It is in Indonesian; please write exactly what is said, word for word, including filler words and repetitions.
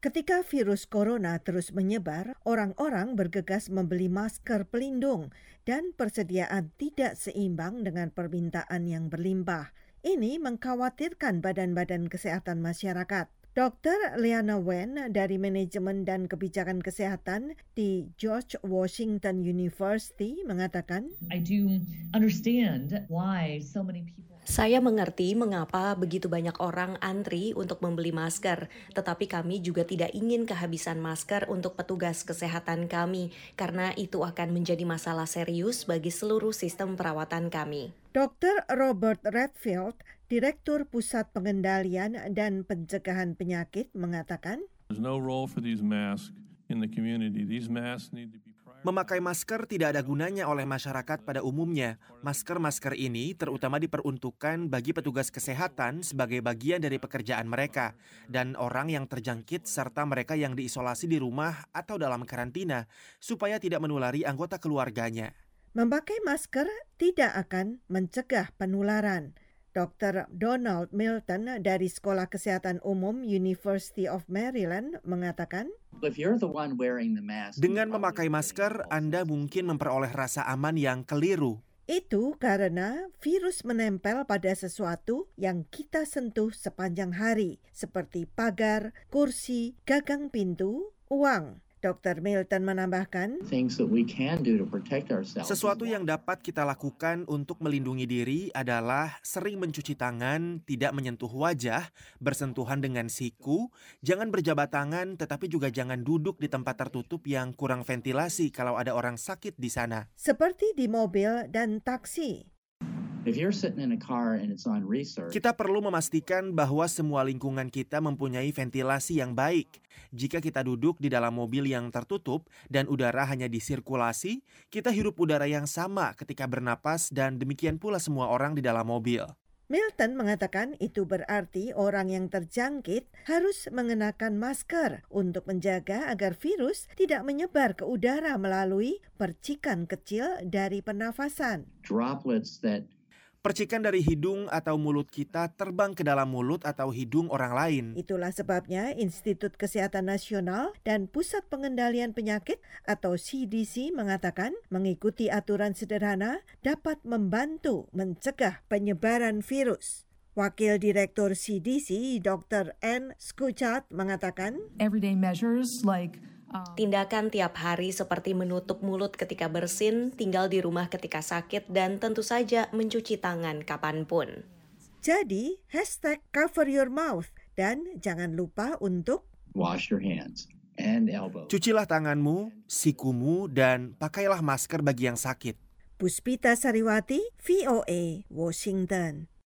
Ketika virus corona terus menyebar, orang-orang bergegas membeli masker pelindung dan persediaan tidak seimbang dengan permintaan yang berlimpah. Ini mengkhawatirkan badan-badan kesehatan masyarakat. dokter Liana Wen dari Manajemen dan Kebijakan Kesehatan di George Washington University mengatakan, I do understand why so many people Saya mengerti mengapa begitu banyak orang antri untuk membeli masker, tetapi kami juga tidak ingin kehabisan masker untuk petugas kesehatan kami, karena itu akan menjadi masalah serius bagi seluruh sistem perawatan kami. dokter Robert Redfield, Direktur Pusat Pengendalian dan Pencegahan Penyakit, mengatakan, There's no role for these masks in the community. These masks need to be Memakai masker tidak ada gunanya oleh masyarakat pada umumnya. Masker-masker ini terutama diperuntukkan bagi petugas kesehatan sebagai bagian dari pekerjaan mereka dan orang yang terjangkit serta mereka yang diisolasi di rumah atau dalam karantina supaya tidak menulari anggota keluarganya. Memakai masker tidak akan mencegah penularan. dokter Donald Milton dari Sekolah Kesehatan Umum University of Maryland mengatakan, Dengan memakai masker, Anda mungkin memperoleh rasa aman yang keliru. Itu karena virus menempel pada sesuatu yang kita sentuh sepanjang hari, seperti pagar, kursi, gagang pintu, uang. dokter Milton menambahkan, Sesuatu yang dapat kita lakukan untuk melindungi diri adalah sering mencuci tangan, tidak menyentuh wajah, bersentuhan dengan siku, jangan berjabat tangan, tetapi juga jangan duduk di tempat tertutup yang kurang ventilasi kalau ada orang sakit di sana. Seperti di mobil dan taksi. Kita perlu memastikan bahwa semua lingkungan kita mempunyai ventilasi yang baik. Jika kita duduk di dalam mobil yang tertutup dan udara hanya disirkulasi, kita hirup udara yang sama ketika bernapas dan demikian pula semua orang di dalam mobil. Milton mengatakan itu berarti orang yang terjangkit harus mengenakan masker untuk menjaga agar virus tidak menyebar ke udara melalui percikan kecil dari pernafasan. droplets that Percikan dari hidung atau mulut kita terbang ke dalam mulut atau hidung orang lain. Itulah sebabnya Institut Kesehatan Nasional dan Pusat Pengendalian Penyakit atau C D C mengatakan mengikuti aturan sederhana dapat membantu mencegah penyebaran virus. Wakil Direktur C D C, dokter Ann Schuchat mengatakan, everyday measures like Tindakan tiap hari seperti menutup mulut ketika bersin, tinggal di rumah ketika sakit, dan tentu saja mencuci tangan kapanpun. Jadi, hashtag cover your mouth dan jangan lupa untuk wash your hands and elbows. Cucilah tanganmu, sikumu, dan pakailah masker bagi yang sakit. Puspita Sariwati, V O A, Washington.